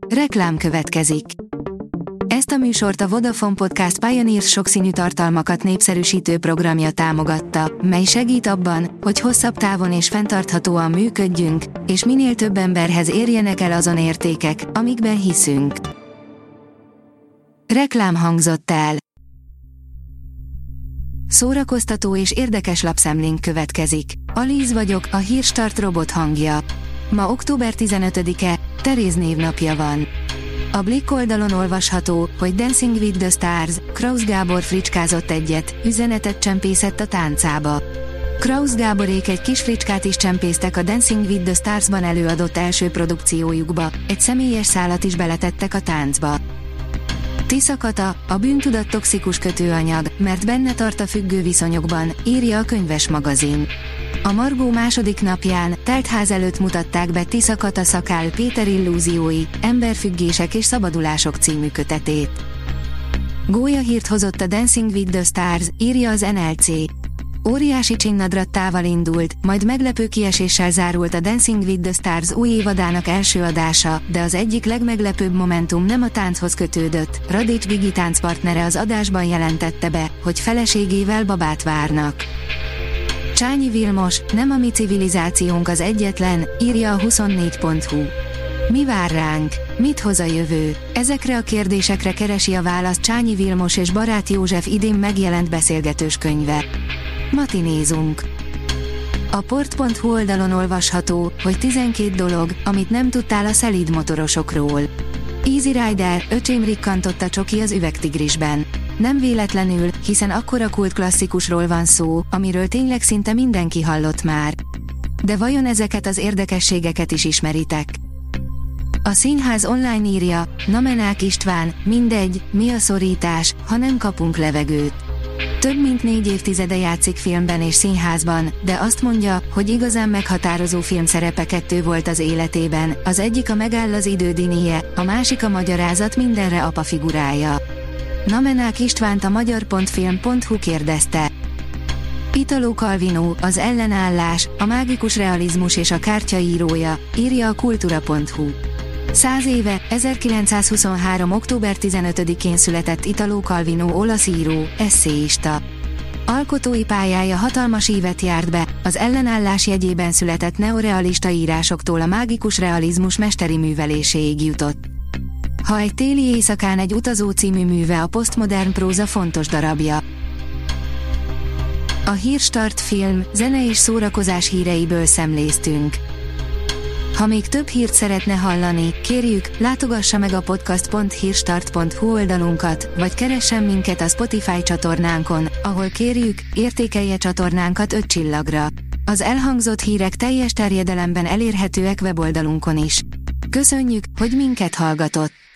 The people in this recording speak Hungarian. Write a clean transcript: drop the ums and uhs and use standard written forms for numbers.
Reklám következik. Ezt a műsort a Vodafone Podcast Pioneers sokszínű tartalmakat népszerűsítő programja támogatta, mely segít abban, hogy hosszabb távon és fenntarthatóan működjünk, és minél több emberhez érjenek el azon értékek, amikben hiszünk. Reklám hangzott el. Szórakoztató és érdekes lapszemlénk következik. Alíz vagyok, a Hírstart robot hangja. Ma október 15-e, Teréz névnapja van. A Blick oldalon olvasható, hogy Dancing with the Stars, Krausz Gábor fricskázott egyet, üzenetet csempészett a táncába. Krausz Gáborék egy kis fricskát is csempésztek a Dancing with the Stars-ban előadott első produkciójukba, egy személyes szálat is beletettek a táncba. Tisza Kata, a bűntudat toxikus kötőanyag, mert benne tart a függő viszonyokban, írja a Könyves magazin. A Margó második napján, teltház előtt mutatták be Tisza Kata Szakál Péter illúziói, emberfüggések és szabadulások című kötetét. Gólyahírt hozott a Dancing with the Stars, írja az NLC. Óriási csinnadrattával indult, majd meglepő kieséssel zárult a Dancing with the Stars új évadának első adása, de az egyik legmeglepőbb momentum nem a tánchoz kötődött. Radics Gigi táncpartnere az adásban jelentette be, hogy feleségével babát várnak. Csányi Vilmos, nem a mi civilizációnk az egyetlen, írja a 24.hu. Mi vár ránk? Mit hoz a jövő? Ezekre a kérdésekre keresi a választ Csányi Vilmos és Barát József idén megjelent beszélgetős könyve. Matinézunk. A port.hu oldalon olvasható, hogy 12 dolog, amit nem tudtál a szelíd motorosokról. Easy Rider, öcsém rikkantott a csoki az üvegtigrisben. Nem véletlenül, hiszen akkora kultklasszikusról van szó, amiről tényleg szinte mindenki hallott már. De vajon ezeket az érdekességeket is ismeritek? A Színház online írja, Namenák István, mindegy, mi a szorítás, ha nem kapunk levegőt. Több mint 4 évtizede játszik filmben és színházban, de azt mondja, hogy igazán meghatározó filmszerepe 2 volt az életében, az egyik a Megáll az idő Dinie, a másik a Magyarázat mindenre apa figurája. Namenák Istvánt a magyar.film.hu kérdezte. Italo Calvino, az ellenállás, a mágikus realizmus és a kártyaírója, írja a kultura.hu. 100 éve, 1923. október 15-én született Italo Calvino olasz író, esszéista. Alkotói pályája hatalmas ívet járt be, az ellenállás jegyében született neorealista írásoktól a mágikus realizmus mesteri műveléséig jutott. Ha egy téli éjszakán egy utazó című műve a posztmodern próza fontos darabja. A Hírstart film, zene és szórakozás híreiből szemléztünk. Ha még több hírt szeretne hallani, kérjük, látogassa meg a podcast.hírstart.hu oldalunkat, vagy keressen minket a Spotify csatornánkon, ahol kérjük, értékelje csatornánkat 5 csillagra. Az elhangzott hírek teljes terjedelemben elérhetőek weboldalunkon is. Köszönjük, hogy minket hallgatott!